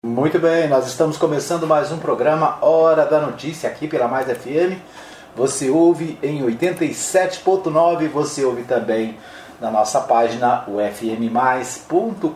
Muito bem, nós estamos começando mais um programa Hora da Notícia aqui pela Mais FM. Você ouve em 87.9, você ouve também na nossa página ufmmais.com.br.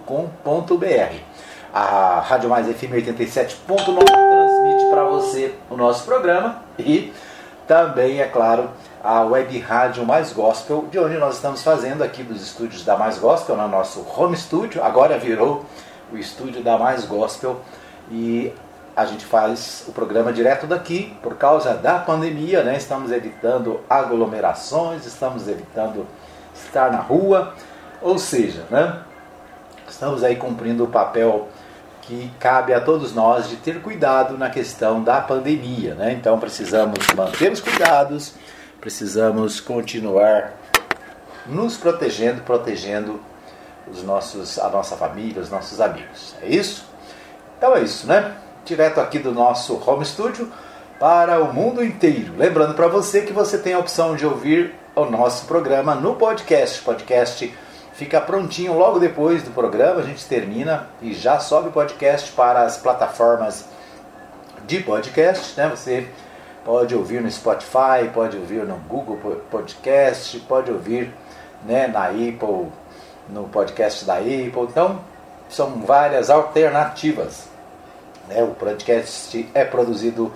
A Rádio Mais FM 87.9 transmite para você o nosso programa e também, é claro, a Web Rádio Mais Gospel, de onde nós estamos fazendo aqui dos estúdios da Mais Gospel, no nosso home studio, agora virou o estúdio da Mais Gospel, e a gente faz o programa direto daqui por causa da pandemia, né? Estamos evitando aglomerações, estamos evitando estar na rua, ou seja, né? Estamos aí cumprindo o papel que cabe a todos nós de ter cuidado na questão da pandemia, né? Então precisamos manter os cuidados, precisamos continuar nos protegendo a nossa família, os nossos amigos. É isso? Então é isso, né? Direto aqui do nosso home studio para o mundo inteiro. Lembrando para você que você tem a opção de ouvir o nosso programa no podcast. O podcast fica prontinho logo depois do programa, a gente termina e já sobe o podcast para as plataformas de podcast, né? Você pode ouvir no Spotify, pode ouvir no Google Podcast, pode ouvir, né, na Apple, no podcast da Apple. Então são várias alternativas, né? O podcast é produzido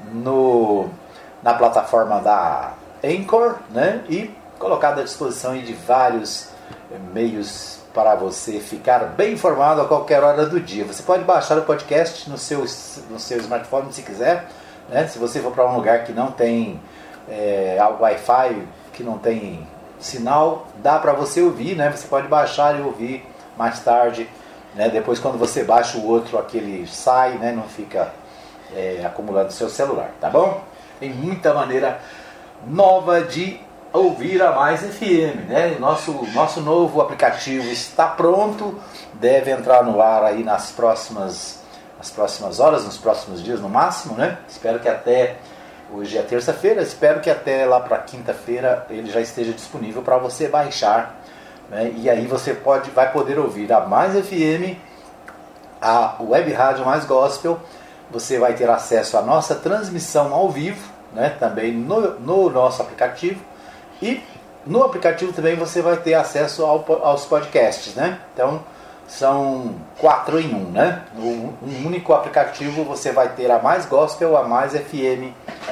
na plataforma da Anchor, né? E colocado à disposição de vários meios para você ficar bem informado a qualquer hora do dia. Você pode baixar o podcast no seu smartphone se quiser, né? Se você for para um lugar que não tem Wi-Fi, que não tem sinal, dá para você ouvir, né? Você pode baixar e ouvir mais tarde, né? Depois, quando você baixa o outro, aquele sai, né? Não fica acumulando no seu celular, tá bom? Tem muita maneira nova de ouvir a Mais FM, né? Nosso novo aplicativo está pronto, deve entrar no ar aí nas próximas horas, nos próximos dias no máximo, né? Espero que até hoje é terça-feira, espero que até lá para quinta-feira ele já esteja disponível para você baixar, né? E aí você vai poder ouvir a Mais FM, a Web Rádio Mais Gospel. Você vai ter acesso à nossa transmissão ao vivo, né? Também no nosso aplicativo, e no aplicativo também você vai ter acesso aos podcasts, né? Então são 4 em 1, né? Um único aplicativo você vai ter a Mais Gospel, a Mais FM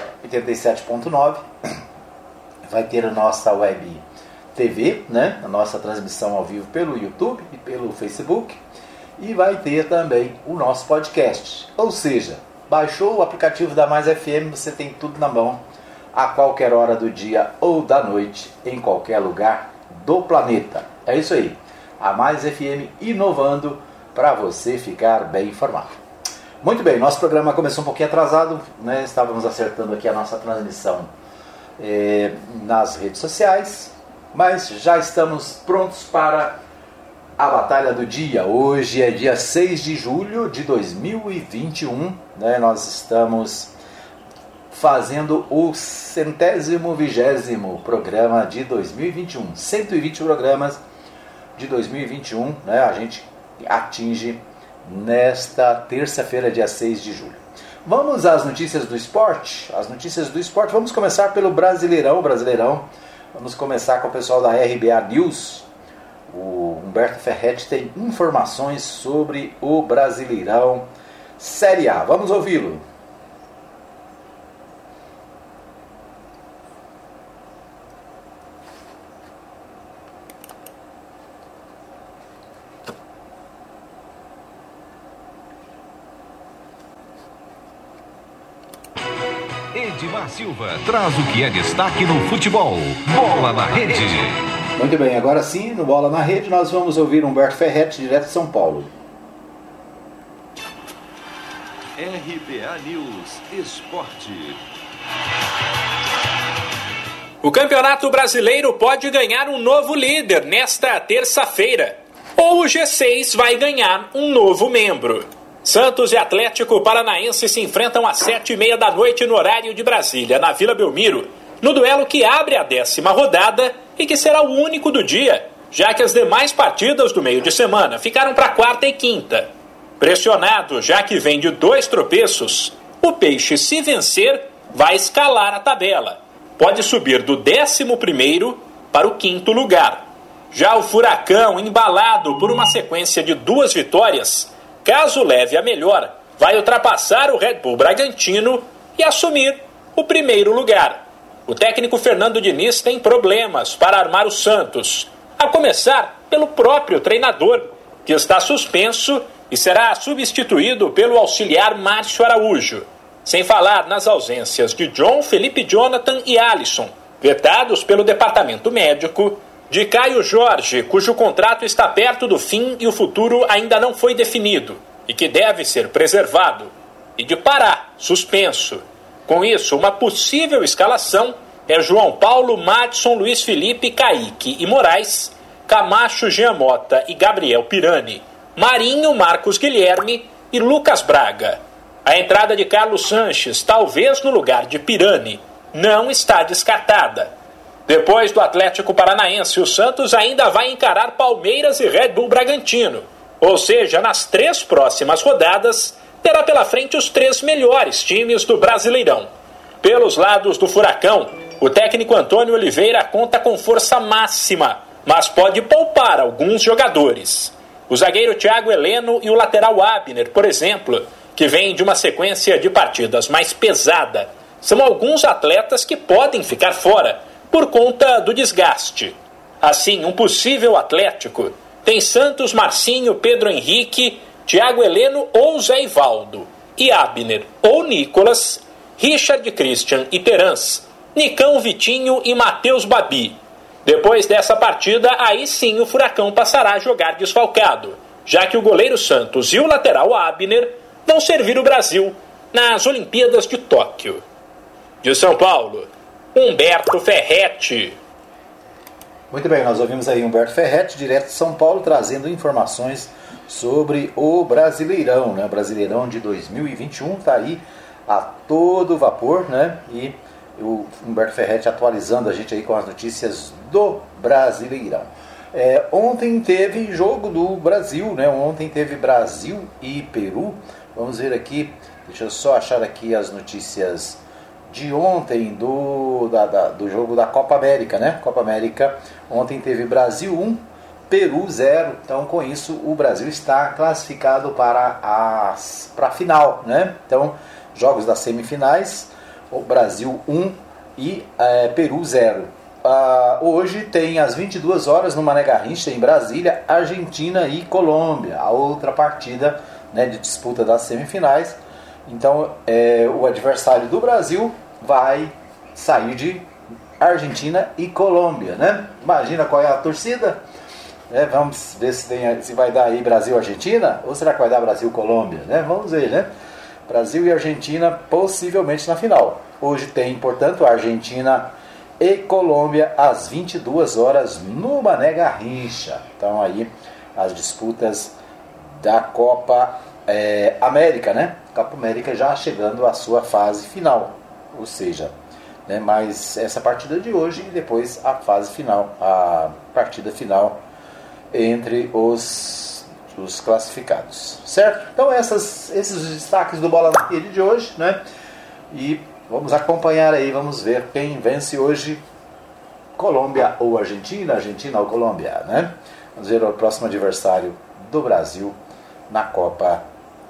87.9, vai ter a nossa web TV, né? A nossa transmissão ao vivo pelo YouTube e pelo Facebook, e vai ter também o nosso podcast. Ou seja, baixou o aplicativo da Mais FM, você tem tudo na mão a qualquer hora do dia ou da noite, em qualquer lugar do planeta. É isso aí, a Mais FM inovando para você ficar bem informado. Muito bem, nosso programa começou um pouquinho atrasado, né? Estávamos acertando aqui a nossa transmissão nas redes sociais, mas já estamos prontos para a batalha do dia. Hoje é dia 6 de julho de 2021, né? Nós estamos fazendo o 120º programa de 2021. 120 programas de 2021, né? A gente atinge nesta terça-feira, dia 6 de julho. Vamos às notícias do esporte? As notícias do esporte, vamos começar pelo Brasileirão. Vamos começar com o pessoal da RBA News. O Humberto Ferretti tem informações sobre o Brasileirão Série A. Vamos ouvi-lo. Edmar Silva traz o que é destaque no futebol. Bola na Rede. Muito bem, agora sim, no Bola na Rede, nós vamos ouvir Humberto Ferretti, direto de São Paulo. RBA News Esporte. O Campeonato Brasileiro pode ganhar um novo líder nesta terça-feira. Ou o G6 vai ganhar um novo membro. Santos e Atlético Paranaense se enfrentam às 7h30 da noite no horário de Brasília, na Vila Belmiro, no duelo que abre a 10ª rodada e que será o único do dia, já que as demais partidas do meio de semana ficaram para quarta e quinta. Pressionado, já que vem de 2 tropeços, o Peixe, se vencer, vai escalar a tabela. Pode subir do 11º para o 5º lugar. Já o Furacão, embalado por uma sequência de 2 vitórias, caso leve a melhor, vai ultrapassar o Red Bull Bragantino e assumir o 1º lugar. O técnico Fernando Diniz tem problemas para armar o Santos, a começar pelo próprio treinador, que está suspenso e será substituído pelo auxiliar Márcio Araújo. Sem falar nas ausências de John, Felipe Jonathan e Alisson, vetados pelo departamento médico, de Caio Jorge, cujo contrato está perto do fim e o futuro ainda não foi definido, e que deve ser preservado, e de Pará, suspenso. Com isso, uma possível escalação é João Paulo, Madison, Luiz Felipe, Kaique e Moraes, Camacho, Jean Mota e Gabriel Pirani, Marinho, Marcos Guilherme e Lucas Braga. A entrada de Carlos Sanches, talvez no lugar de Pirani, não está descartada. Depois do Atlético Paranaense, o Santos ainda vai encarar Palmeiras e Red Bull Bragantino. Ou seja, nas 3 próximas rodadas, terá pela frente os 3 melhores times do Brasileirão. Pelos lados do Furacão, o técnico Antônio Oliveira conta com força máxima, mas pode poupar alguns jogadores. O zagueiro Thiago Heleno e o lateral Abner, por exemplo, que vem de uma sequência de partidas mais pesada, são alguns atletas que podem ficar fora por conta do desgaste. Assim, um possível Atlético tem Santos, Marcinho, Pedro Henrique, Thiago Heleno ou Zé Ivaldo, e Abner ou Nicolas, Richard Christian e Terans, Nicão, Vitinho e Matheus Babi. Depois dessa partida, aí sim o Furacão passará a jogar desfalcado, já que o goleiro Santos e o lateral Abner vão servir o Brasil nas Olimpíadas de Tóquio. De São Paulo, Humberto Ferretti. Muito bem, nós ouvimos aí Humberto Ferretti, direto de São Paulo, trazendo informações sobre o Brasileirão, né? O Brasileirão de 2021 está aí a todo vapor, né? E o Humberto Ferretti atualizando a gente aí com as notícias do Brasileirão. Ontem teve jogo do Brasil, né? Ontem teve Brasil e Peru. Vamos ver aqui, deixa eu só achar aqui as notícias de ontem do jogo da Copa América, né? Copa América, ontem teve Brasil 1, Peru 0. Então, com isso, o Brasil está classificado para a final, né? Então, jogos das semifinais, o Brasil 1 e Peru 0. Hoje tem às 22 horas no Mané Garrincha, em Brasília, Argentina e Colômbia, a outra partida, né, de disputa das semifinais. Então, o adversário do Brasil vai sair de Argentina e Colômbia, né? Imagina qual é a torcida. Vamos ver se vai dar aí Brasil-Argentina ou será que vai dar Brasil-Colômbia, né? Vamos ver, né? Brasil e Argentina possivelmente na final. Hoje tem, portanto, Argentina e Colômbia às 22 horas no Mané Garrincha. Então aí as disputas da Copa América, né? Copa América já chegando à sua fase final, ou seja, né, mais essa partida de hoje e depois a fase final, a partida final entre os classificados, certo? Então esses destaques do Bola na Rede de hoje, né? E vamos acompanhar aí, vamos ver quem vence hoje, Colômbia ou Argentina, Argentina ou Colômbia, né? Vamos ver o próximo adversário do Brasil na Copa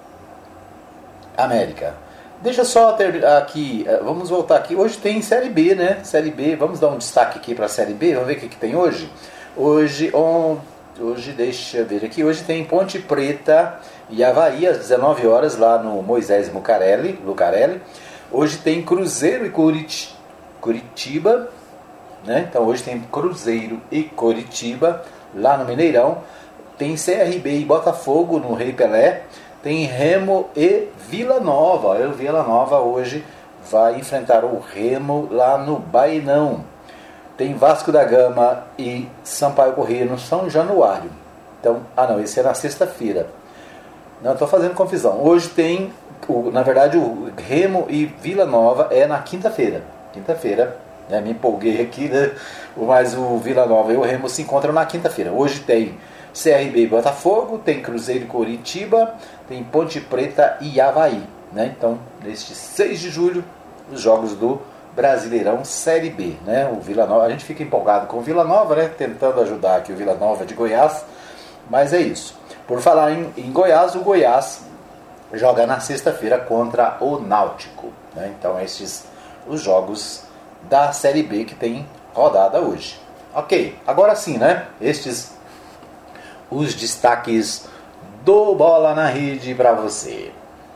América. Deixa só ter aqui, vamos voltar aqui. Hoje tem Série B, né? Série B, vamos dar um destaque aqui para a Série B, vamos ver o que tem hoje. Hoje, deixa eu ver aqui, hoje tem Ponte Preta e Avaí às 19 horas lá no Moisés Lucarelli. Hoje tem Cruzeiro e Curitiba, né? Então hoje tem Cruzeiro e Curitiba lá no Mineirão. Tem CRB e Botafogo no Rei Pelé. Tem Remo e Vila Nova. O Vila Nova hoje vai enfrentar o Remo lá no Bainão. Tem Vasco da Gama e Sampaio Corrêa no São Januário. Então, esse é na sexta-feira. Não, estou fazendo confusão. Hoje tem, na verdade, o Remo e Vila Nova é na quinta-feira. Quinta-feira, né? Me empolguei aqui, né? Mas o Vila Nova e o Remo se encontram na quinta-feira. Hoje tem CRB e Botafogo, tem Cruzeiro e Coritiba, tem Ponte Preta e Avaí, né? Então, neste 6 de julho, os jogos do Brasileirão Série B, né? O Vila Nova, a gente fica empolgado com o Vila Nova, né? Tentando ajudar aqui o Vila Nova de Goiás, mas é isso. Por falar em Goiás, o Goiás joga na sexta-feira contra o Náutico, né? Então, estes os jogos da Série B que tem rodada hoje. Ok, agora sim, né? Estes os destaques do Bola na Rede para você.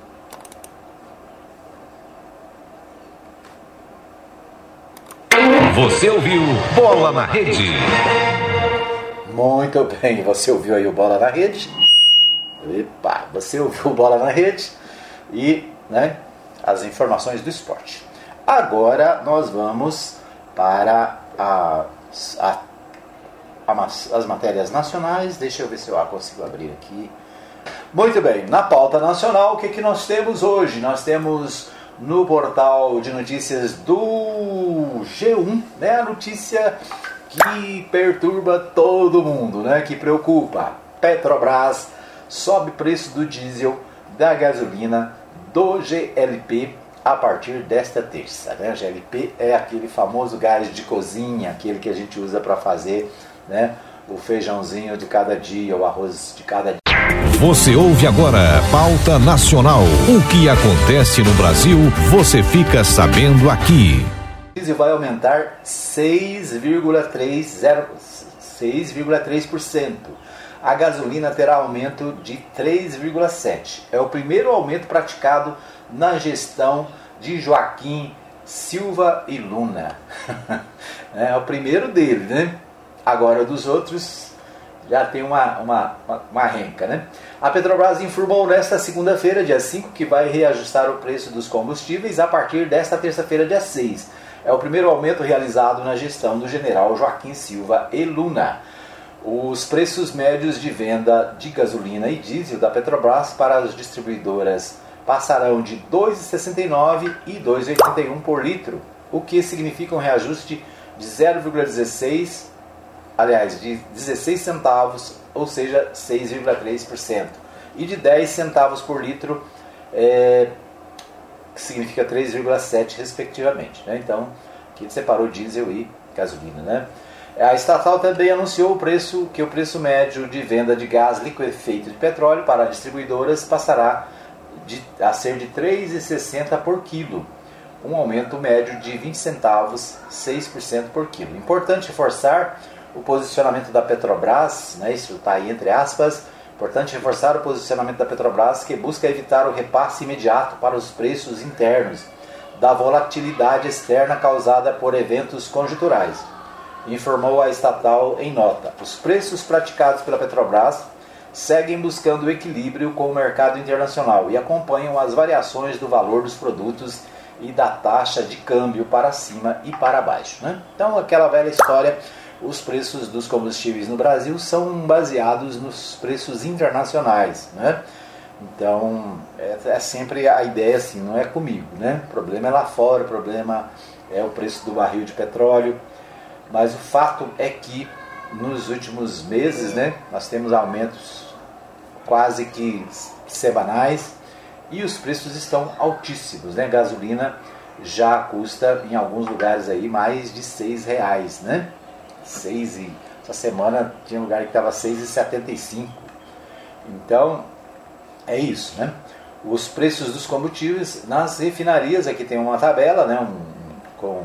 Você ouviu Bola na Rede. Muito bem, você ouviu aí o Bola na Rede. Epa, você ouviu o Bola na Rede e, né, as informações do esporte. Agora nós vamos para as matérias nacionais. Deixa eu ver se eu consigo abrir aqui. Muito bem, na pauta nacional, o que nós temos hoje? Nós temos no portal de notícias do G1, né, a notícia que perturba todo mundo, né, que preocupa. Petrobras sobe preço do diesel, da gasolina, do GLP a partir desta terça, né? GLP é aquele famoso gás de cozinha, aquele que a gente usa para fazer, né, o feijãozinho de cada dia, o arroz de cada dia. Você ouve agora Pauta Nacional. O que acontece no Brasil, você fica sabendo aqui. O diesel vai aumentar 6,3%. A gasolina terá aumento de 3,7%. É o primeiro aumento praticado na gestão de Joaquim Silva e Luna. É o primeiro dele, né? Agora dos outros já tem uma renca, né? A Petrobras informou nesta segunda-feira, dia 5, que vai reajustar o preço dos combustíveis a partir desta terça-feira, dia 6. É o primeiro aumento realizado na gestão do general Joaquim Silva e Luna. Os preços médios de venda de gasolina e diesel da Petrobras para as distribuidoras passarão de R$ 2,69 e R$ 2,81 por litro, o que significa um reajuste de 0,16, aliás, de 16 centavos, ou seja, 6,3%, e de 10 centavos por litro, que significa 3,7 respectivamente, né? Então, aqui separou diesel e gasolina, né? A estatal também anunciou que o preço médio de venda de gás liquefeito de petróleo para distribuidoras passará a ser de R$ 3,60 por quilo, um aumento médio de 20 centavos, 6% por quilo. Importante reforçar o posicionamento da Petrobras, né, isso está aí entre aspas, importante reforçar o posicionamento da Petrobras, que busca evitar o repasse imediato para os preços internos da volatilidade externa causada por eventos conjunturais, informou a estatal em nota. Os preços praticados pela Petrobras seguem buscando equilíbrio com o mercado internacional e acompanham as variações do valor dos produtos e da taxa de câmbio para cima e para baixo, né? Então, aquela velha história, os preços dos combustíveis no Brasil são baseados nos preços internacionais, né? Então, é sempre a ideia assim, não é comigo, né? O problema é lá fora, o problema é o preço do barril de petróleo, mas o fato é que nos últimos meses, né, nós temos aumentos quase que semanais e os preços estão altíssimos, né? Gasolina já custa em alguns lugares aí mais de R$6, né? Essa semana tinha um lugar que estava R$6,75. Então é isso, né? Os preços dos combustíveis nas refinarias, aqui tem uma tabela, né, com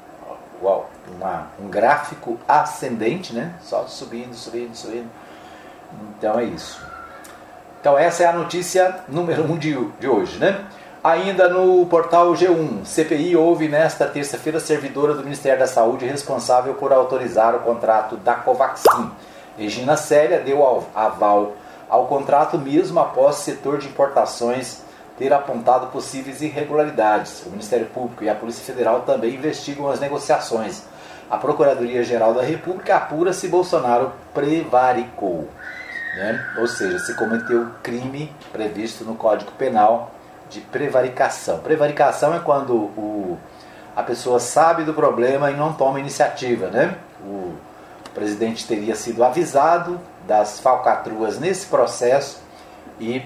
um gráfico ascendente, né? Só subindo. Então é isso. Então essa é a notícia número 1 de hoje, né? Ainda no portal G1, CPI houve nesta terça-feira servidora do Ministério da Saúde responsável por autorizar o contrato da Covaxin. Regina Célia deu aval ao contrato mesmo após o setor de importações ter apontado possíveis irregularidades. O Ministério Público e a Polícia Federal também investigam as negociações. A Procuradoria-Geral da República apura se Bolsonaro prevaricou, né? Ou seja, se cometeu crime previsto no Código Penal de prevaricação. Prevaricação é quando a pessoa sabe do problema e não toma iniciativa, né? O presidente teria sido avisado, das falcatruas nesse processo e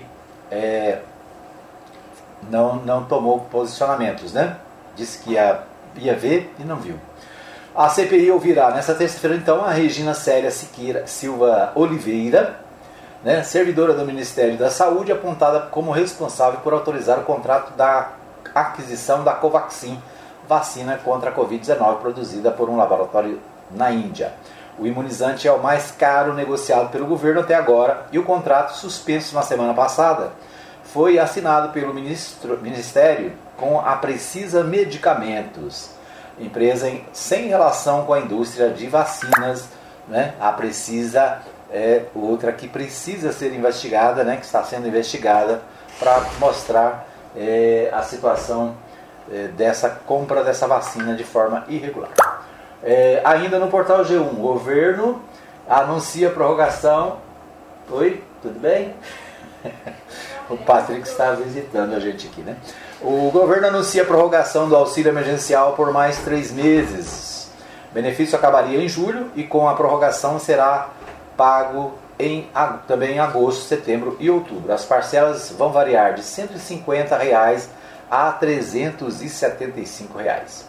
não tomou posicionamentos, né? Disse que ia ver e não viu. A CPI ouvirá nesta terça-feira, então, a Regina Célia Siqueira Silva Oliveira, né, servidora do Ministério da Saúde, apontada como responsável por autorizar o contrato da aquisição da Covaxin, vacina contra a Covid-19 produzida por um laboratório na Índia. O imunizante é o mais caro negociado pelo governo até agora e o contrato, suspenso na semana passada, foi assinado pelo Ministério com a Precisa Medicamentos, empresa sem relação com a indústria de vacinas, né? A Precisa é outra que precisa ser investigada, né? Que está sendo investigada para mostrar a situação dessa compra dessa vacina de forma irregular. Ainda no portal G1, o governo anuncia prorrogação. Oi, tudo bem? O Patrick está visitando a gente aqui, né? O governo anuncia a prorrogação do auxílio emergencial por mais 3 meses. O benefício acabaria em julho e com a prorrogação será pago também em agosto, setembro e outubro. As parcelas vão variar de R$ 150 a R$ 375.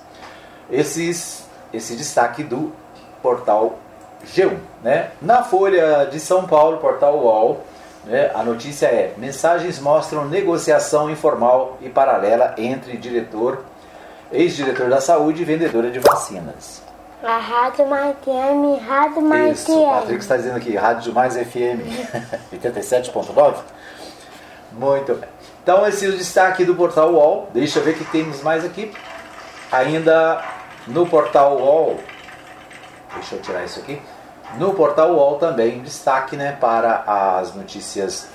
Esse destaque do portal G1. Né? Na Folha de São Paulo, portal UOL, a notícia é: mensagens mostram negociação informal e paralela entre ex-diretor da saúde e vendedora de vacinas. A Rádio Mais FM, Rádio Mais FM. O Patrick está dizendo aqui, Rádio Mais FM 87.9. Muito bem. Então esse é o destaque do portal UOL. Deixa eu ver o que temos mais aqui. Ainda no portal UOL, deixa eu tirar isso aqui. No portal UOL também destaque, né, para as notícias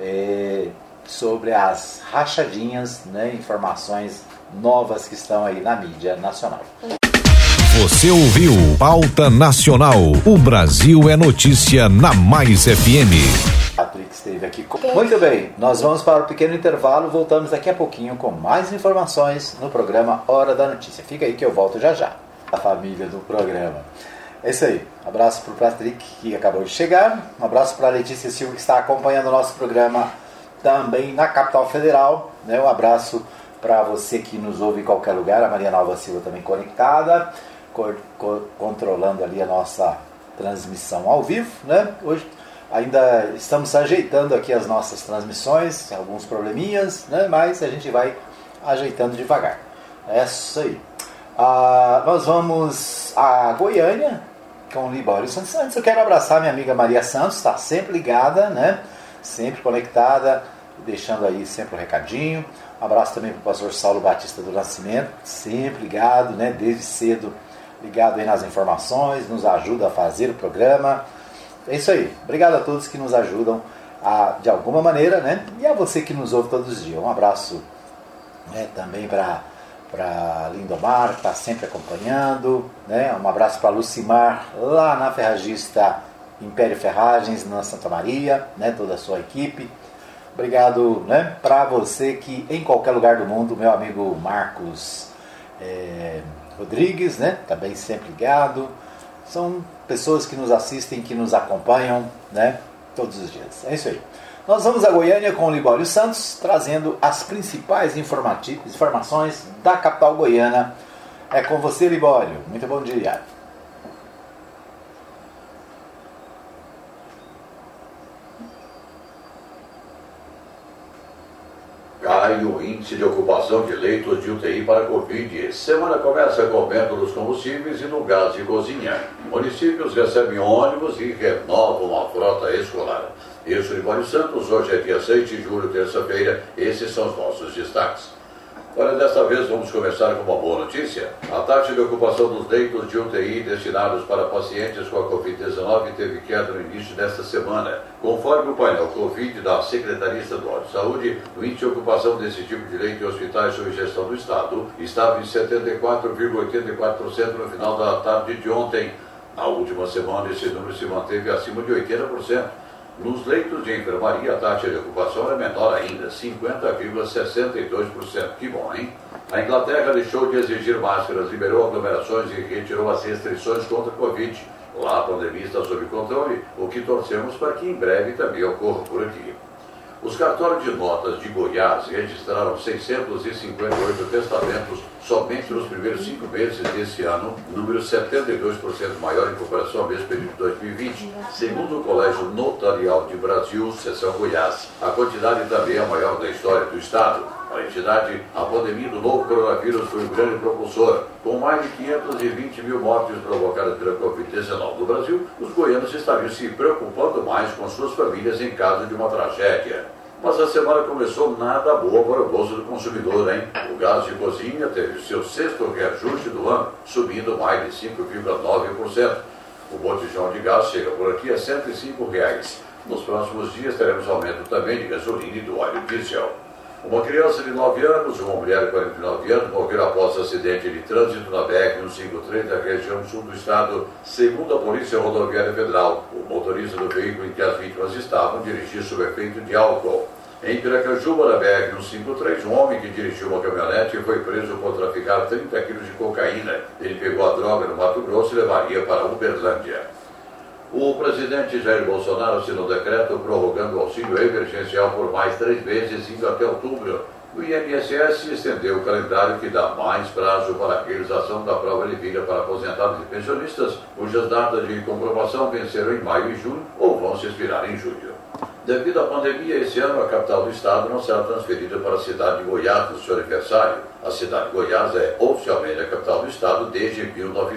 sobre as rachadinhas, né, informações novas que estão aí na mídia nacional. Você ouviu Pauta Nacional. O Brasil é notícia na Mais FM. Patrick esteve aqui. Muito bem, nós vamos para o pequeno intervalo. Voltamos daqui a pouquinho com mais informações no programa Hora da Notícia. Fica aí que eu volto já já. A família do programa. É isso aí. Um abraço para o Patrick, que acabou de chegar. Um abraço para a Letícia Silva, que está acompanhando o nosso programa também na capital federal. Né? Um abraço para você que nos ouve em qualquer lugar. A Maria Nova Silva também conectada, controlando ali a nossa transmissão ao vivo. Né? Hoje ainda estamos ajeitando aqui as nossas transmissões, alguns probleminhas, né? Mas a gente vai ajeitando devagar. É isso aí. Nós vamos a Goiânia com o Libório Santos. Antes eu quero abraçar minha amiga Maria Santos, está sempre ligada, né? Sempre conectada, deixando aí sempre um recadinho. Um abraço também para o pastor Saulo Batista do Nascimento, sempre ligado, né? Desde cedo ligado aí nas informações, nos ajuda a fazer o programa. É isso aí. Obrigado a todos que nos ajudam de alguma maneira, né? E a você que nos ouve todos os dias. Um abraço, né, também para Lindomar, que está sempre acompanhando, né? Um abraço para Lucimar, lá na Ferragista Império Ferragens, na Santa Maria, né? Toda a sua equipe. Obrigado, né? Para você que em qualquer lugar do mundo, meu amigo Marcos Rodrigues, né? Também sempre ligado. São pessoas que nos assistem, que nos acompanham, né? Todos os dias. É isso aí. Nós vamos a Goiânia com o Libório Santos, trazendo as principais informações da capital goiana. É com você, Libório. Muito bom dia. Cai o índice de ocupação de leitos de UTI para Covid. Semana começa com aumento dos combustíveis e no gás de cozinha. Municípios recebem ônibus e renovam a frota escolar. Eu sou Libório Santos, hoje é dia 6 de julho, terça-feira. Esses são os nossos destaques. Olha, desta vez vamos começar com uma boa notícia. A taxa de ocupação dos leitos de UTI destinados para pacientes com a Covid-19 teve queda no início desta semana. Conforme o painel Covid da Secretaria Estadual de Saúde, o índice de ocupação desse tipo de leito em hospitais sob gestão do Estado estava em 74,84% no final da tarde de ontem. Na última semana, esse número se manteve acima de 80%. Nos leitos de enfermaria, a taxa de ocupação é menor ainda, 50,62%. Que bom, hein? A Inglaterra deixou de exigir máscaras, liberou aglomerações e retirou as restrições contra a Covid. Lá a pandemia está sob controle, o que torcemos para que em breve também ocorra por aqui. Os cartórios de notas de Goiás registraram 658 testamentos somente nos primeiros 5 meses desse ano, número 72% maior em comparação ao mesmo período de 2020. Segundo o Colégio Notarial de Brasil, seção Goiás, a quantidade também é a maior da história do Estado. Para a entidade, a pandemia do novo coronavírus foi um grande propulsor. Com mais de 520 mil mortes provocadas pela Covid-19 no Brasil, os goianos estariam se preocupando mais com suas famílias em caso de uma tragédia. Mas a semana começou nada boa para o bolso do consumidor, hein? O gás de cozinha teve seu 6º reajuste do ano, subindo mais de 5,9%. O botijão de gás chega por aqui a R$ 105. Nos próximos dias teremos aumento também de gasolina e do óleo diesel. Uma criança de 9 anos e uma mulher de 49 anos morreram após acidente de trânsito na BR-153 da região sul do estado, segundo a Polícia Rodoviária Federal. O motorista do veículo em que as vítimas estavam dirigia sob efeito de álcool. Em Piracanjuba, na BR-153, um homem que dirigiu uma caminhonete foi preso por traficar 30 quilos de cocaína. Ele pegou a droga no Mato Grosso e levaria para Uberlândia. O presidente Jair Bolsonaro assinou decreto prorrogando o auxílio emergencial por mais 3 meses, indo até outubro. O INSS estendeu o calendário que dá mais prazo para a realização da prova de vida para aposentados e pensionistas, cujas datas de comprovação venceram em maio e junho ou vão se expirar em julho. Devido à pandemia, esse ano a capital do estado não será transferida para a cidade de Goiás do seu aniversário. A cidade de Goiás é oficialmente a capital do estado desde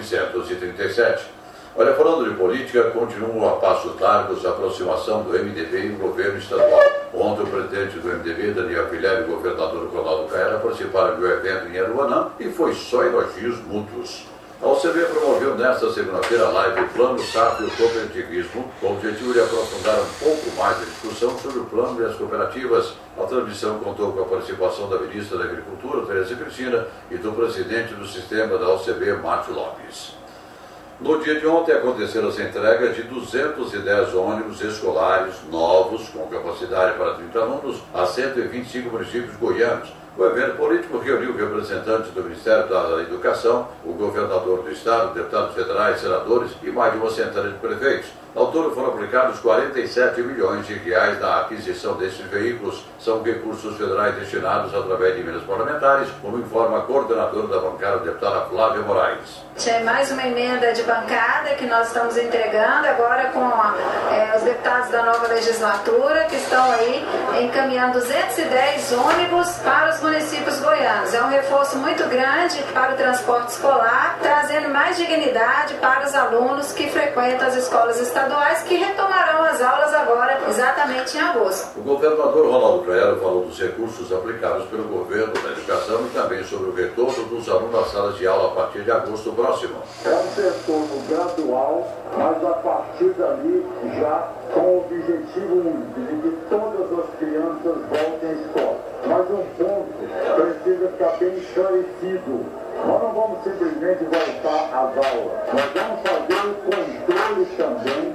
1937. Olha, falando de política, continuam a passos largos a aproximação do MDB e o governo estadual. Ontem, o presidente do MDB, Daniel Villar, e o governador Ronaldo Caiado participaram do evento em Aruanã e foi só elogios mútuos. A OCB promoveu nesta segunda-feira a live Plano Safra e o Cooperativismo, com o objetivo de aprofundar um pouco mais a discussão sobre o plano e as cooperativas. A transmissão contou com a participação da ministra da Agricultura, Tereza Cristina, e do presidente do sistema da OCB, Márcio Lopes. No dia de ontem aconteceram as entregas de 210 ônibus escolares novos, com capacidade para 30 alunos, a 125 municípios goianos. O evento político reuniu representantes do Ministério da Educação, o governador do estado, deputados federais, senadores e mais de uma centena de prefeitos. Ao todo foram aplicados 47 milhões de reais na aquisição desses veículos. São recursos federais destinados através de emendas parlamentares, como informa a coordenadora da bancada, a deputada Flávia Moraes. É mais uma emenda de bancada que nós estamos entregando agora com os deputados da nova legislatura, que estão aí encaminhando 210 ônibus para os municípios goianos. É um reforço muito grande para o transporte escolar, trazendo mais dignidade para os alunos que frequentam as escolas estaduais, que retomarão as aulas agora, exatamente em agosto. O governador Ronaldo Caiado falou dos recursos aplicados pelo governo da educação e também sobre o retorno dos alunos às salas de aula a partir de agosto próximo. É um retorno gradual, mas a partir dali já com o objetivo único de que todas as crianças voltem à escola. Mas um ponto precisa ficar bem esclarecido. Nós não vamos simplesmente voltar às aulas. Nós vamos fazer o controle também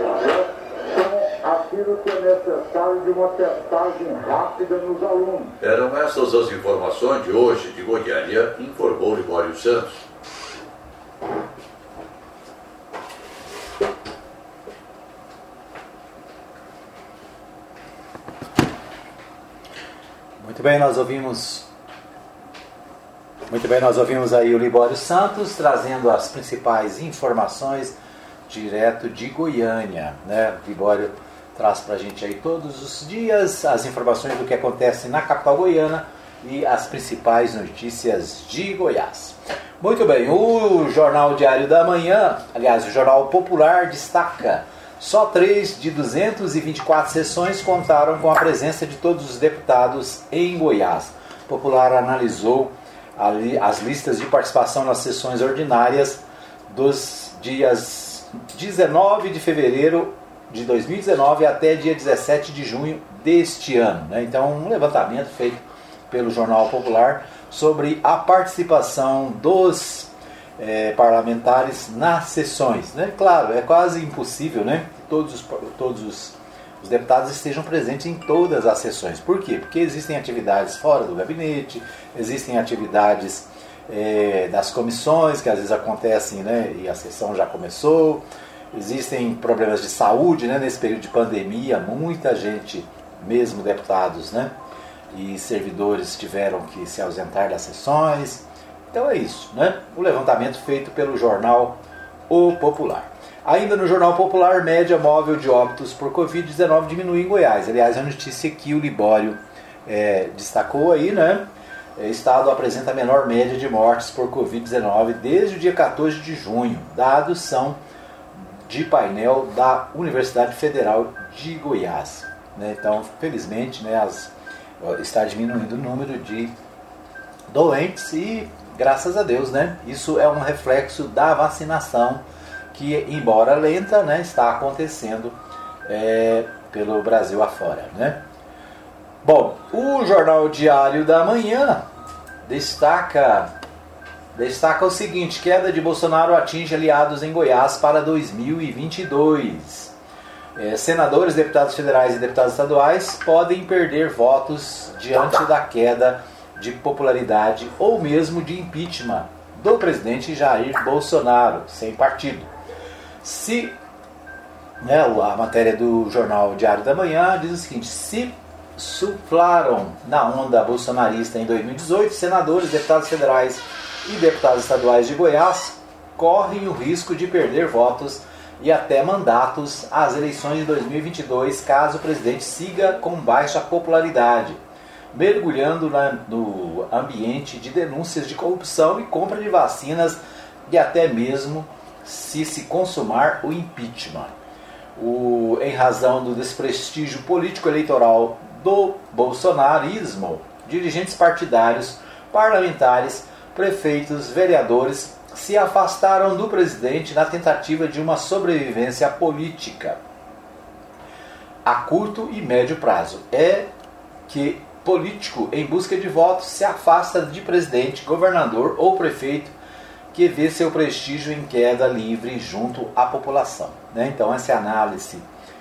com aquilo que é necessário de uma testagem rápida nos alunos. Eram essas as informações de hoje de Goiânia, informou Libório Santos. Muito bem, nós ouvimos aí o Libório Santos trazendo as principais informações direto de Goiânia, né? Libório traz pra gente aí todos os dias as informações do que acontece na capital goiana e as principais notícias de Goiás. Muito bem, o Jornal Diário da Manhã, aliás, o Jornal Popular destaca: só 3 de 224 sessões contaram com a presença de todos os deputados em Goiás. O Popular analisou as listas de participação nas sessões ordinárias dos dias 19 de fevereiro de 2019 até dia 17 de junho deste ano, né? Então, um levantamento feito pelo Jornal Popular sobre a participação dos parlamentares nas sessões, né? Claro, é quase impossível, né, que todos os deputados estejam presentes em todas as sessões. Por quê? Porque existem atividades fora do gabinete, existem atividades das comissões que às vezes acontecem, né, e a sessão já começou, existem problemas de saúde, né, nesse período de pandemia, muita gente, mesmo deputados, né, e servidores tiveram que se ausentar das sessões. Então é isso, né? O levantamento feito pelo jornal O Popular. Ainda no Jornal Popular, média móvel de óbitos por Covid-19 diminui em Goiás. Aliás, a notícia que o Libório destacou aí, né? O estado apresenta a menor média de mortes por Covid-19 desde o dia 14 de junho. Dados são de painel da Universidade Federal de Goiás, né? Então, felizmente, né, está diminuindo o número de doentes e, graças a Deus, né, isso é um reflexo da vacinação que, embora lenta, né, está acontecendo pelo Brasil afora, né? Bom, o Jornal Diário da Manhã destaca o seguinte: queda de Bolsonaro atinge aliados em Goiás para 2022. Senadores, deputados federais e deputados estaduais podem perder votos diante da queda de popularidade ou mesmo de impeachment do presidente Jair Bolsonaro, sem partido. A matéria do Jornal Diário da Manhã diz o seguinte: se suflaram na onda bolsonarista em 2018, senadores, deputados federais e deputados estaduais de Goiás correm o risco de perder votos e até mandatos às eleições de 2022, caso o presidente siga com baixa popularidade, mergulhando no ambiente de denúncias de corrupção e compra de vacinas e até mesmo se consumar o impeachment. Em razão do desprestígio político-eleitoral do bolsonarismo, dirigentes partidários, parlamentares, prefeitos, vereadores se afastaram do presidente na tentativa de uma sobrevivência política a curto e médio prazo. É que político em busca de votos se afasta de presidente, governador ou prefeito que vê seu prestígio em queda livre junto à população, né? Então essa é a análise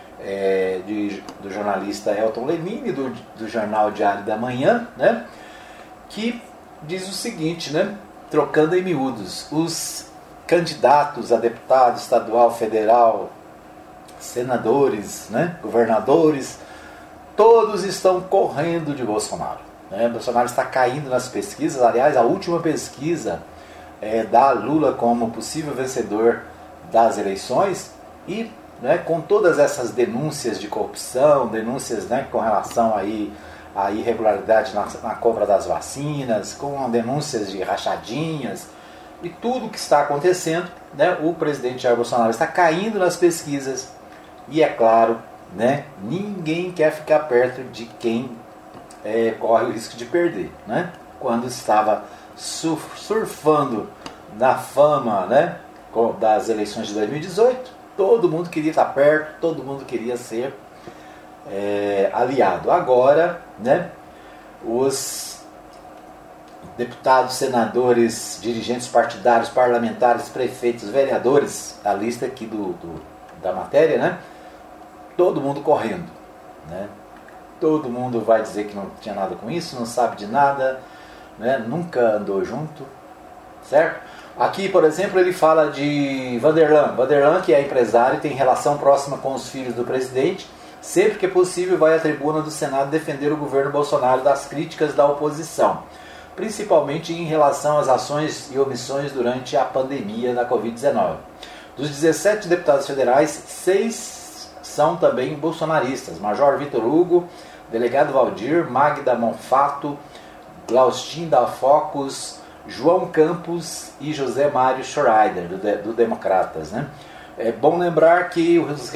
do jornalista Elton Lenini, do Jornal Diário da Manhã, né? Que diz o seguinte, né? Trocando em miúdos, os candidatos a deputado estadual, federal, senadores, né? Governadores, todos estão correndo de Bolsonaro, né? Bolsonaro está caindo nas pesquisas. Aliás, a última pesquisa dá Lula como possível vencedor das eleições e, né, com todas essas denúncias de corrupção, denúncias, né, com relação aí à irregularidade na compra das vacinas, com denúncias de rachadinhas e tudo que está acontecendo, né, o presidente Jair Bolsonaro está caindo nas pesquisas e, é claro, né, ninguém quer ficar perto de quem corre o risco de perder, né? Quando estava surfando na fama, né, das eleições de 2018, todo mundo queria estar perto, todo mundo queria ser aliado. Agora, né, os deputados, senadores, dirigentes partidários, parlamentares, prefeitos, vereadores, a lista aqui da matéria, né, todo mundo correndo, né? Todo mundo vai dizer que não tinha nada com isso, não sabe de nada, né? Nunca andou junto, certo? Aqui, por exemplo, ele fala de Vanderlan, que é empresário e tem relação próxima com os filhos do presidente. Sempre que é possível, vai à tribuna do Senado defender o governo Bolsonaro das críticas da oposição, principalmente em relação às ações e omissões durante a pandemia da Covid-19. Dos 17 deputados federais, 6 são também bolsonaristas: Major Vitor Hugo, delegado Valdir, Magda Monfato, Glaustin da Focus, João Campos e José Mário Schreider, do Democratas, né? É bom lembrar que os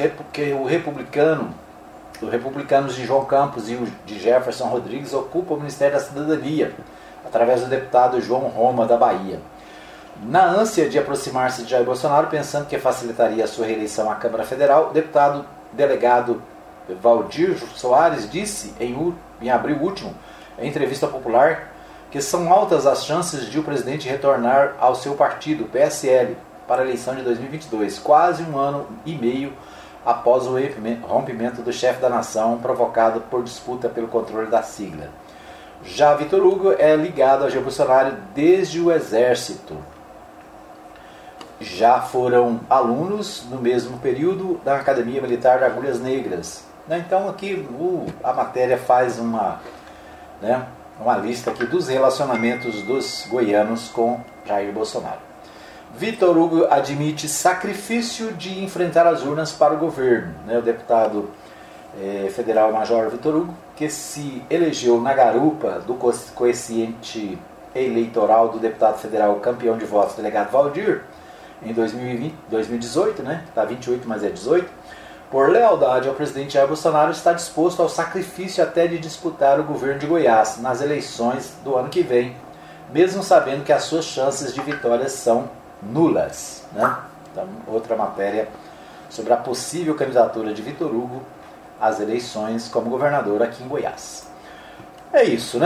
republicanos de João Campos e o de Jefferson Rodrigues ocupam o Ministério da Cidadania, através do deputado João Roma, da Bahia. Na ânsia de aproximar-se de Jair Bolsonaro, pensando que facilitaria a sua reeleição à Câmara Federal, o deputado delegado Valdir Soares disse em abril último, em entrevista popular, que são altas as chances de o presidente retornar ao seu partido, PSL, para a eleição de 2022, quase um ano e meio após o rompimento do chefe da nação provocado por disputa pelo controle da sigla. Já Vitor Hugo é ligado a Jair Bolsonaro desde o Exército. já foram alunos no mesmo período da Academia Militar de Agulhas Negras. Então aqui a matéria faz uma lista aqui dos relacionamentos dos goianos com Jair Bolsonaro. Vitor Hugo admite sacrifício de enfrentar as urnas para o governo. O deputado federal Major Vitor Hugo, que se elegeu na garupa do coeficiente eleitoral do deputado federal campeão de votos, delegado Valdir, em 2018, está 28, mas é 18, por lealdade ao presidente Jair Bolsonaro, está disposto ao sacrifício até de disputar o governo de Goiás nas eleições do ano que vem, mesmo sabendo que as suas chances de vitória são nulas. Então, outra matéria sobre a possível candidatura de Vitor Hugo às eleições como governador aqui em Goiás. É isso,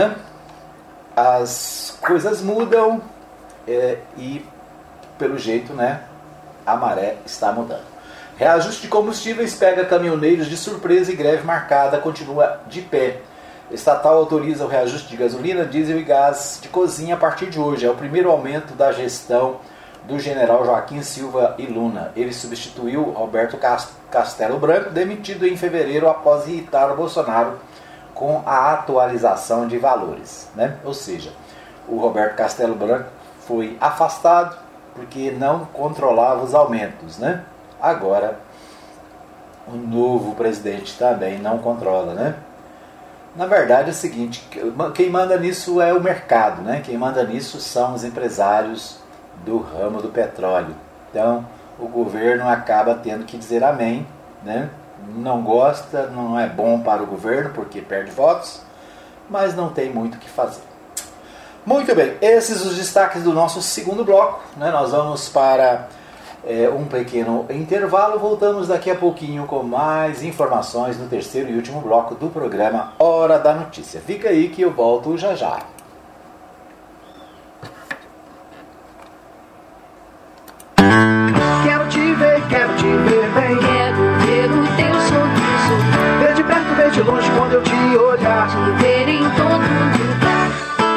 As coisas mudam e, pelo jeito, a maré está mudando. Reajuste de combustíveis pega caminhoneiros de surpresa e greve marcada continua de pé. Estatal autoriza o reajuste de gasolina, diesel e gás de cozinha a partir de hoje. É o primeiro aumento da gestão do general Joaquim Silva e Luna. Ele substituiu Roberto Castelo Branco, demitido em fevereiro após irritar o Bolsonaro com a atualização de valores. Ou seja, o Roberto Castelo Branco foi afastado porque não controlava os aumentos. Agora, o novo presidente também não controla. Na verdade é o seguinte, quem manda nisso é o mercado. Quem manda nisso são os empresários do ramo do petróleo. Então, o governo acaba tendo que dizer amém. Não gosta, não é bom para o governo porque perde votos, mas não tem muito o que fazer. Muito bem, esses os destaques do nosso segundo bloco. Nós vamos para um pequeno intervalo. Voltamos daqui a pouquinho com mais informações no terceiro e último bloco do programa Hora da Notícia. Fica aí que eu volto já já. Quero te ver bem. Quero ver o teu sorriso. Ver de perto, ver de longe quando eu te olhar. Te ver em todo lugar.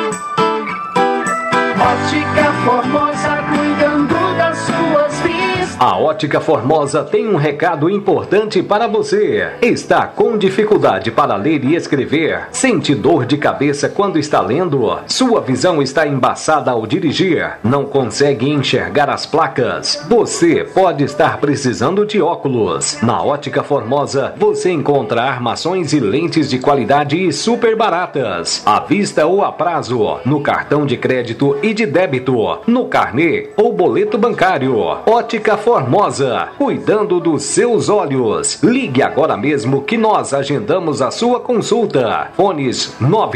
Ótica Formosa, cuidando das suas vistas. A Ótica Formosa tem um recado importante para você. Está com dificuldade para ler e escrever? Sente dor de cabeça quando está lendo? Sua visão está embaçada ao dirigir? Não consegue enxergar as placas? Você pode estar precisando de óculos. Na Ótica Formosa, você encontra armações e lentes de qualidade e super baratas. À vista ou a prazo, no cartão de crédito e de débito, no carnê ou boleto bancário. Ótica Formosa, cuidando dos seus olhos. Ligue agora mesmo que nós agendamos a sua consulta. Fones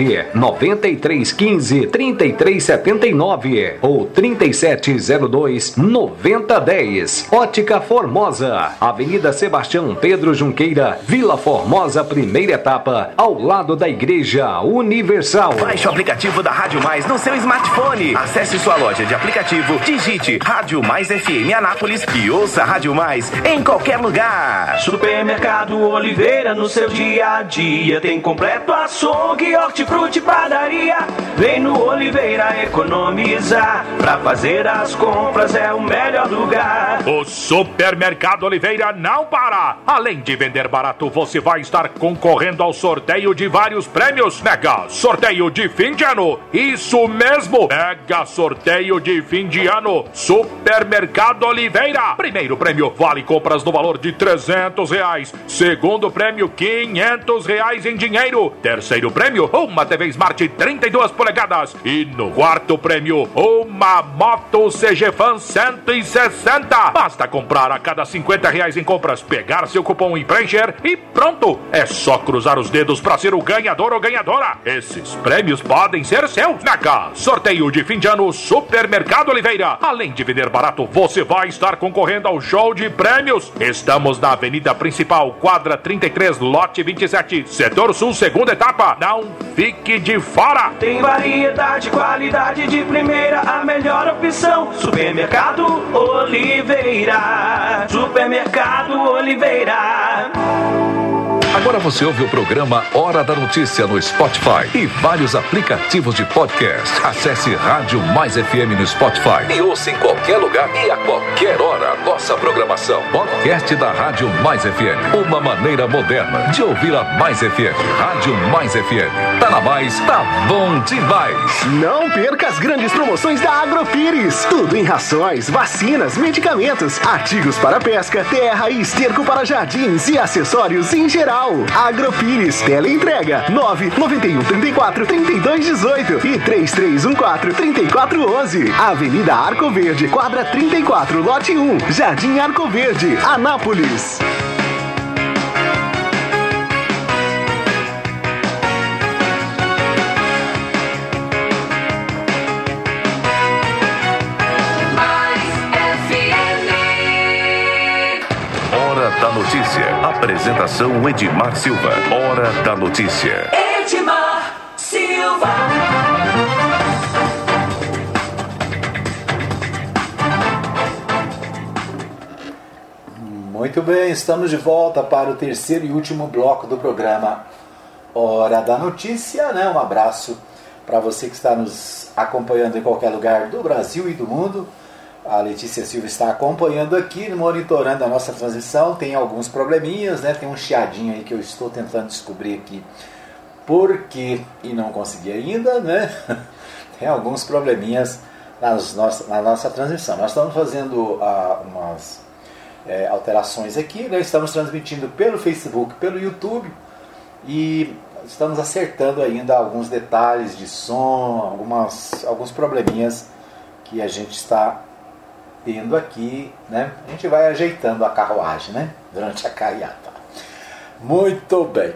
99315 3379 ou 3702 9010. Ótica Formosa, Avenida Sebastião Pedro Junqueira, Vila Formosa, primeira etapa, ao lado da Igreja Universal. Baixe o aplicativo da Rádio Mais no seu smartphone. Acesse sua loja de aplicativo, digite Rádio Mais FM Anápolis e ouça Rádio Mais em qualquer lugar. Supermercado Oliveira, no seu dia a dia tem completo açougue, hortifruti, padaria. Vem no Oliveira economizar. Pra fazer as compras é o melhor lugar. O Supermercado Oliveira não para. Além de vender barato, você vai estar concorrendo ao sorteio de vários prêmios. Mega sorteio de fim de ano. Isso mesmo, mega sorteio de fim de ano. Supermercado Oliveira. Primeiro prêmio, vale compras no valor de R$300. Segundo prêmio, R$500 em dinheiro. Terceiro prêmio, uma TV Smart 32 polegadas. E no quarto prêmio, uma moto CG Fan 160. Basta comprar a cada R$50 em compras, pegar seu cupom e preencher e pronto. É só cruzar os dedos para ser o ganhador ou ganhadora. Esses prêmios podem ser seus. Mega sorteio de fim de ano Supermercado Oliveira. Além de vender barato, você vai estar concorrendo ao show de prêmios. Estamos na Avenida Principal, quadra 33, lote 27, setor sul, segunda etapa. Não fique de fora. Tem variedade, qualidade de primeira, a melhor opção. Supermercado Oliveira. Supermercado Oliveira. Agora você ouve o programa Hora da Notícia no Spotify e vários aplicativos de podcast. Acesse Rádio Mais FM no Spotify e ouça em qualquer lugar e a qualquer hora nossa programação. Podcast da Rádio Mais FM. Uma maneira moderna de ouvir a Mais FM. Rádio Mais FM. Tá na Mais, tá bom demais. Não perca as grandes promoções da Agrofires. Tudo em rações, vacinas, medicamentos, artigos para pesca, terra e esterco para jardins e acessórios em geral. Agrofires, teleentrega 991 34 32 18 e 3314 3411. Avenida Arco Verde, quadra 34, lote 1, Jardim Arco Verde, Anápolis. Da Notícia. Apresentação Edmar Silva. Hora da Notícia. Edmar Silva. Muito bem, estamos de volta para o terceiro e último bloco do programa Hora da Notícia, né? Um abraço para você que está nos acompanhando em qualquer lugar do Brasil e do mundo. A Letícia Silva está acompanhando aqui, monitorando a nossa transmissão. Tem alguns probleminhas, né? Tem um chiadinho aí que eu estou tentando descobrir aqui por quê e não consegui ainda, né? Tem alguns probleminhas na nossa transmissão. Nós estamos fazendo umas alterações aqui, né? Estamos transmitindo pelo Facebook, pelo YouTube e estamos acertando ainda alguns detalhes de som, alguns probleminhas que a gente está tendo aqui, né? A gente vai ajeitando a carruagem, né? Durante a carreata. Muito bem.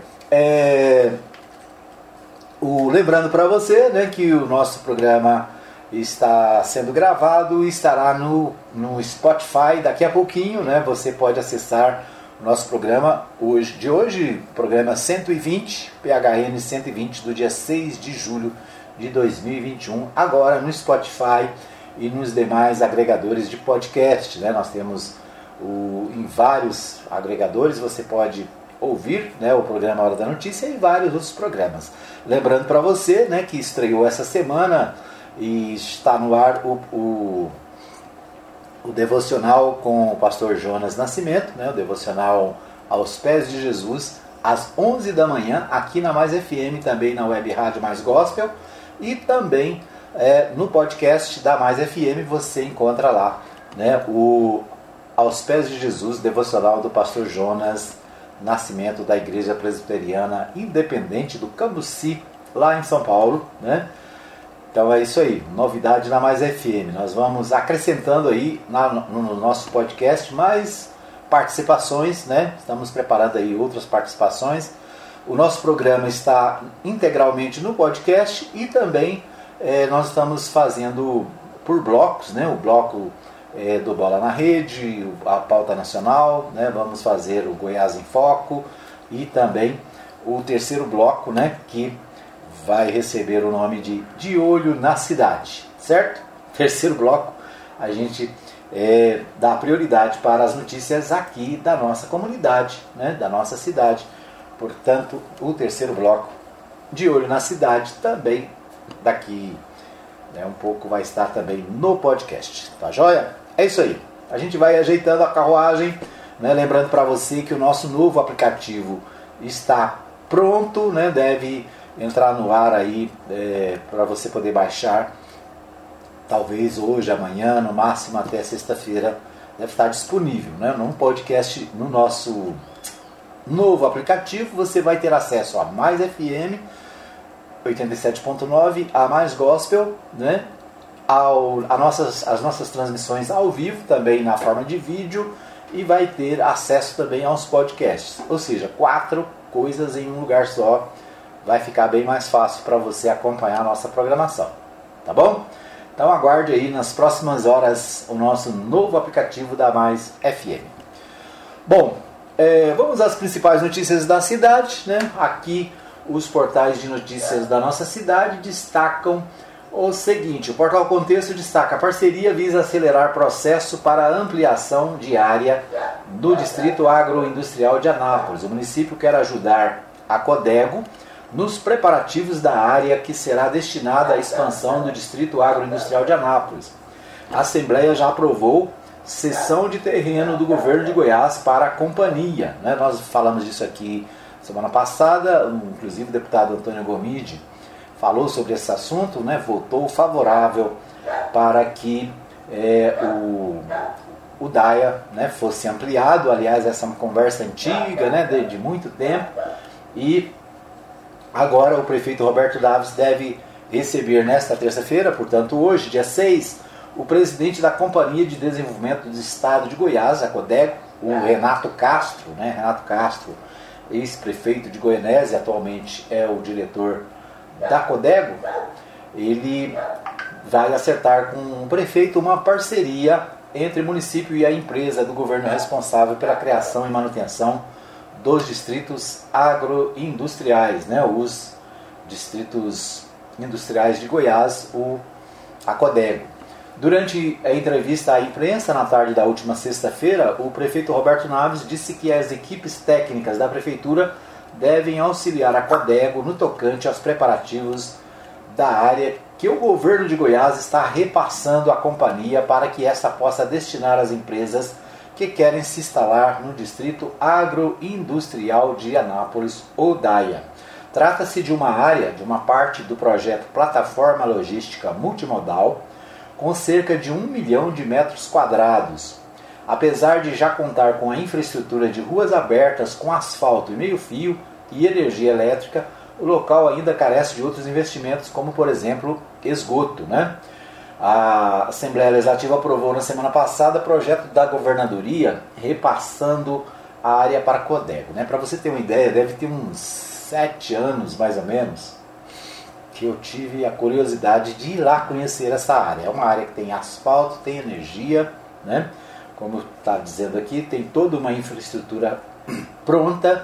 Lembrando para você, né, que o nosso programa está sendo gravado e estará no Spotify daqui a pouquinho, né? Você pode acessar o nosso programa de hoje, programa 120, PHN 120, do dia 6 de julho de 2021, agora no Spotify e nos demais agregadores de podcast, né? Nós temos em vários agregadores, você pode ouvir, né, o programa Hora da Notícia e vários outros programas. Lembrando para você, né, que estreou essa semana e está no ar o devocional com o pastor Jonas Nascimento, né, o devocional Aos Pés de Jesus, às 11 da manhã, aqui na Mais FM, também na Web Rádio Mais Gospel e também no podcast da Mais FM você encontra lá, né, o Aos Pés de Jesus, devocional do pastor Jonas Nascimento, da Igreja Presbiteriana Independente do Cambuci, lá em São Paulo, né? Então é isso aí, novidade na Mais FM. Nós vamos acrescentando aí no nosso podcast mais participações, né? Estamos preparando aí outras participações. O nosso programa está integralmente no podcast e também nós estamos fazendo por blocos, né? O bloco do Bola na Rede, a pauta nacional, né? Vamos fazer o Goiás em Foco e também o terceiro bloco, né? Que vai receber o nome de Olho na Cidade, certo? Terceiro bloco, a gente dá prioridade para as notícias aqui da nossa comunidade, né? Da nossa cidade. Portanto, o terceiro bloco de Olho na Cidade também daqui um pouco vai estar também no podcast, tá joia? É isso aí, a gente vai ajeitando a carruagem, né? Lembrando para você que o nosso novo aplicativo está pronto, né? Deve entrar no ar aí para você poder baixar, talvez hoje, amanhã, no máximo até sexta-feira, deve estar disponível, né? Num podcast, no nosso novo aplicativo, você vai ter acesso a Mais FM 87.9, a Mais Gospel, né? As nossas transmissões ao vivo, também na forma de vídeo, e vai ter acesso também aos podcasts. Ou seja, 4 coisas em um lugar só. Vai ficar bem mais fácil para você acompanhar a nossa programação. Tá bom? Então aguarde aí nas próximas horas o nosso novo aplicativo da Mais FM. Bom, vamos às principais notícias da cidade, né? Aqui os portais de notícias da nossa cidade destacam O seguinte, o Portal Contexto destaca: a parceria visa acelerar processo para ampliação de área do Distrito Agroindustrial de Anápolis. O município quer ajudar a Codego nos preparativos da área que será destinada à expansão do Distrito Agroindustrial de Anápolis. A Assembleia já aprovou cessão de terreno do governo de Goiás para a companhia, né? Nós falamos disso aqui semana passada, inclusive o deputado Antônio Gomide falou sobre esse assunto, né? Votou favorável para que o DAIA, né, fosse ampliado. Aliás, essa é uma conversa antiga, né, de muito tempo, e agora o prefeito Roberto Daves deve receber nesta terça-feira, portanto hoje, dia 6, o presidente da Companhia de Desenvolvimento do Estado de Goiás, a Codego, o Renato Castro, né? Renato Castro, ex-prefeito de Goianésia, atualmente é o diretor da Codego. Ele vai acertar com o prefeito uma parceria entre o município e a empresa do governo responsável pela criação e manutenção dos distritos agroindustriais, né? Os distritos industriais de Goiás, a Codego. Durante a entrevista à imprensa na tarde da última sexta-feira, o prefeito Roberto Naves disse que as equipes técnicas da prefeitura devem auxiliar a Codego no tocante aos preparativos da área que o governo de Goiás está repassando à companhia para que esta possa destinar às empresas que querem se instalar no Distrito Agroindustrial de Anápolis, ou DAIA. Trata-se de uma área, de uma parte do projeto Plataforma Logística Multimodal, com cerca de 1 milhão de metros quadrados. Apesar de já contar com a infraestrutura de ruas abertas com asfalto e meio-fio e energia elétrica, o local ainda carece de outros investimentos, como, por exemplo, esgoto, né? A Assembleia Legislativa aprovou na semana passada o projeto da governadoria repassando a área para a Codego, né? Para você ter uma ideia, deve ter uns 7 anos, mais ou menos, que eu tive a curiosidade de ir lá conhecer essa área. É uma área que tem asfalto, tem energia, né? Como está dizendo aqui, tem toda uma infraestrutura pronta.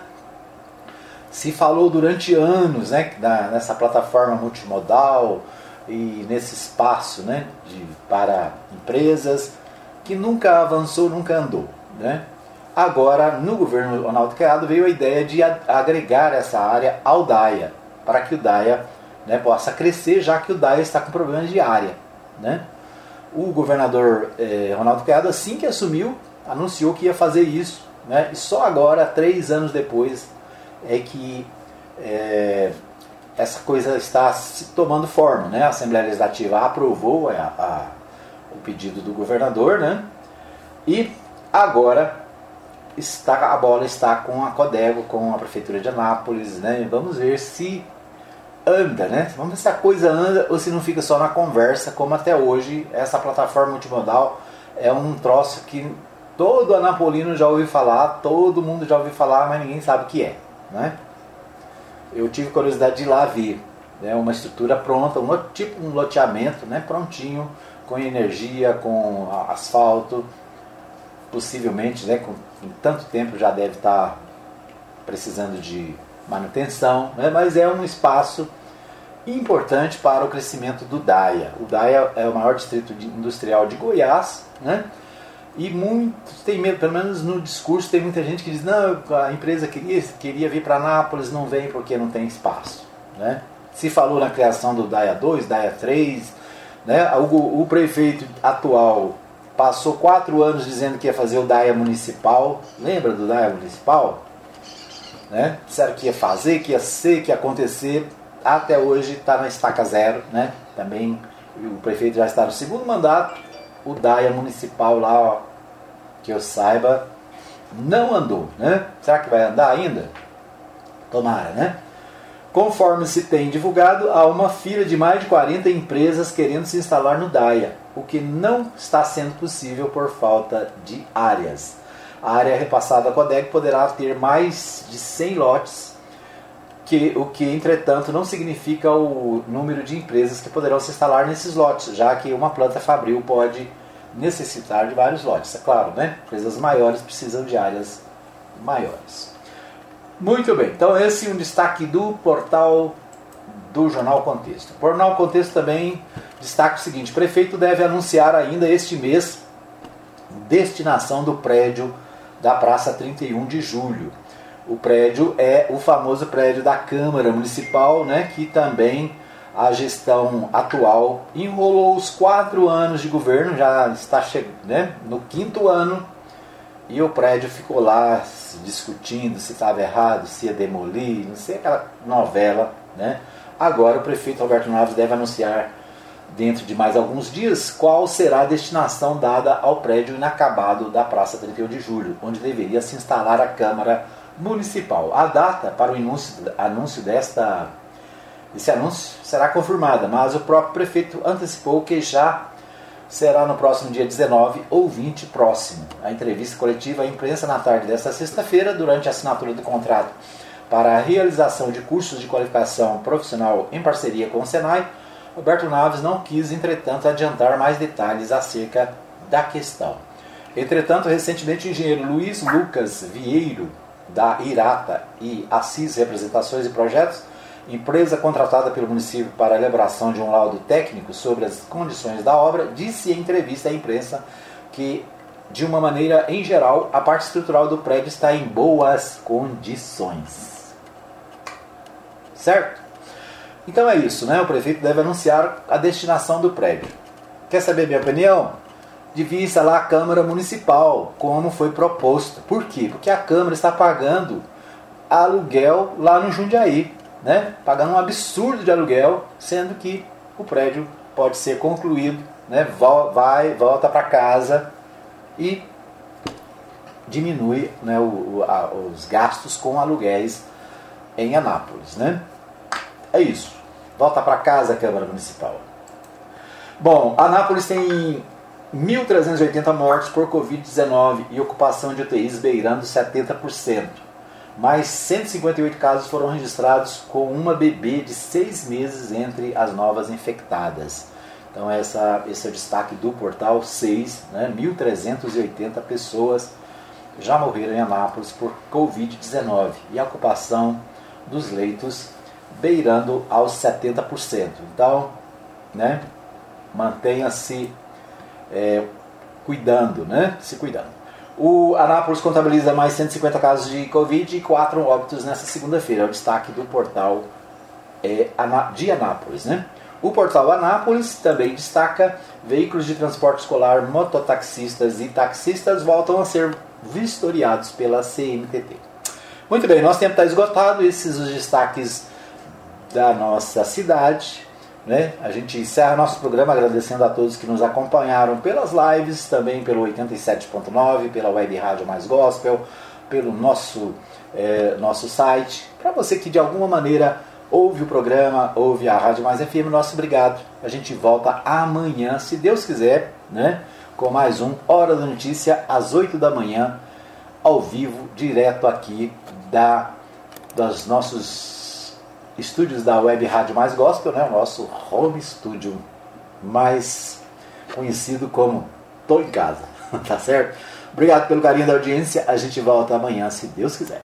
Se falou durante anos, né, nessa plataforma multimodal e nesse espaço, né, para empresas, que nunca avançou, nunca andou, né? Agora, no governo Ronaldo Caiado, veio a ideia de agregar essa área ao DAIA, para que o DAIA, né, possa crescer, já que o DAIA está com problemas de área, né? O governador Ronaldo Caiado, assim que assumiu, anunciou que ia fazer isso, né? E só agora, 3 anos depois, é que essa coisa está se tomando forma, né? A Assembleia Legislativa aprovou o pedido do governador, né? E agora a bola está com a Codego, com a Prefeitura de Anápolis, né? Vamos ver se anda, né? Vamos ver se a coisa anda ou se não fica só na conversa, como até hoje. Essa plataforma multimodal é um troço que todo anapolino já ouviu falar, todo mundo já ouviu falar, mas ninguém sabe o que é, né? Eu tive curiosidade de ir lá ver, né? Uma estrutura pronta, tipo um loteamento, né? Prontinho, com energia, com asfalto, possivelmente, né? Com tanto tempo já deve estar precisando de manutenção, né? Mas é um espaço importante para o crescimento do DAIA. O DAIA é o maior distrito industrial de Goiás, né? E muitos têm medo, pelo menos no discurso tem muita gente que diz: não, a empresa queria vir para Anápolis, não vem porque não tem espaço, né? Se falou na criação do DAIA 2, DAIA 3, né? O prefeito atual passou 4 anos dizendo que ia fazer o DAIA municipal. Lembra do DAIA municipal? Né? Disseram que ia fazer, que ia ser, que ia acontecer. Até hoje está na estaca zero, né? Também o prefeito já está no 2º mandato. O DAIA municipal lá, ó, que eu saiba, não andou, né? Será que vai andar ainda? Tomara, né? Conforme se tem divulgado, há uma fila de mais de 40 empresas querendo se instalar no DAIA, o que não está sendo possível por falta de áreas. A área repassada à Codego poderá ter mais de 100 lotes, o que, entretanto, não significa o número de empresas que poderão se instalar nesses lotes, já que uma planta fabril pode necessitar de vários lotes. É claro, né? Empresas maiores precisam de áreas maiores. Muito bem, então esse é um destaque do portal do Jornal Contexto. O Jornal Contexto também destaca o seguinte: o prefeito deve anunciar ainda este mês destinação do prédio da Praça 31 de Julho. O prédio é o famoso prédio da Câmara Municipal, né, que também a gestão atual enrolou os 4 anos de governo, já está né, no 5º ano, e o prédio ficou lá se discutindo se estava errado, se ia demolir, não sei, aquela novela, né? Agora o prefeito Roberto Naves deve anunciar, dentro de mais alguns dias, qual será a destinação dada ao prédio inacabado da Praça 31 de Julho, onde deveria se instalar a Câmara Municipal. A data para o anúncio esse anúncio será confirmada, mas o próprio prefeito antecipou que já será no próximo dia 19 ou 20 próximo. A entrevista coletiva à imprensa na tarde desta sexta-feira, durante a assinatura do contrato para a realização de cursos de qualificação profissional em parceria com o Senai, Roberto Naves não quis, entretanto, adiantar mais detalhes acerca da questão. Entretanto, recentemente o engenheiro Luiz Lucas Vieiro, da Irata e Assis Representações e Projetos, empresa contratada pelo município para a elaboração de um laudo técnico sobre as condições da obra, disse em entrevista à imprensa que, de uma maneira em geral, a parte estrutural do prédio está em boas condições. Certo? Então é isso, né? O prefeito deve anunciar a destinação do prédio. Quer saber minha opinião? Devia instalar a Câmara Municipal, como foi proposto. Por quê? Porque a Câmara está pagando aluguel lá no Jundiaí, né? Pagando um absurdo de aluguel, sendo que o prédio pode ser concluído, né? Volta para casa e diminui, né, os gastos com aluguéis em Anápolis, né? É isso. Volta para casa a Câmara Municipal. Bom, Anápolis tem 1.380 mortes por Covid-19 e ocupação de UTIs beirando 70%. Mais 158 casos foram registrados com uma bebê de 6 meses entre as novas infectadas. Então esse é o destaque do portal 6, né? 1.380 pessoas já morreram em Anápolis por Covid-19 e a ocupação dos leitos beirando aos 70%. Então, né, mantenha-se cuidando, né? Se cuidando. O Anápolis contabiliza mais 150 casos de Covid e 4 óbitos nessa segunda-feira. É o destaque do portal de Anápolis, né? O portal Anápolis também destaca: veículos de transporte escolar, mototaxistas e taxistas voltam a ser vistoriados pela CNTT. Muito bem, nosso tempo está esgotado. Esses os destaques da nossa cidade, né? A gente encerra nosso programa agradecendo a todos que nos acompanharam pelas lives, também pelo 87.9, pela Web Rádio Mais Gospel, pelo nosso site. Para você que de alguma maneira ouve o programa, ouve a Rádio Mais FM, nosso obrigado. A gente volta amanhã, se Deus quiser, né, com mais um Hora da Notícia, às 8 da manhã, ao vivo, direto aqui dos nossos estúdios da Web Rádio Mais Gospel, né, o nosso home studio mais conhecido como Tô em Casa. Tá certo? Obrigado pelo carinho da audiência. A gente volta amanhã, se Deus quiser.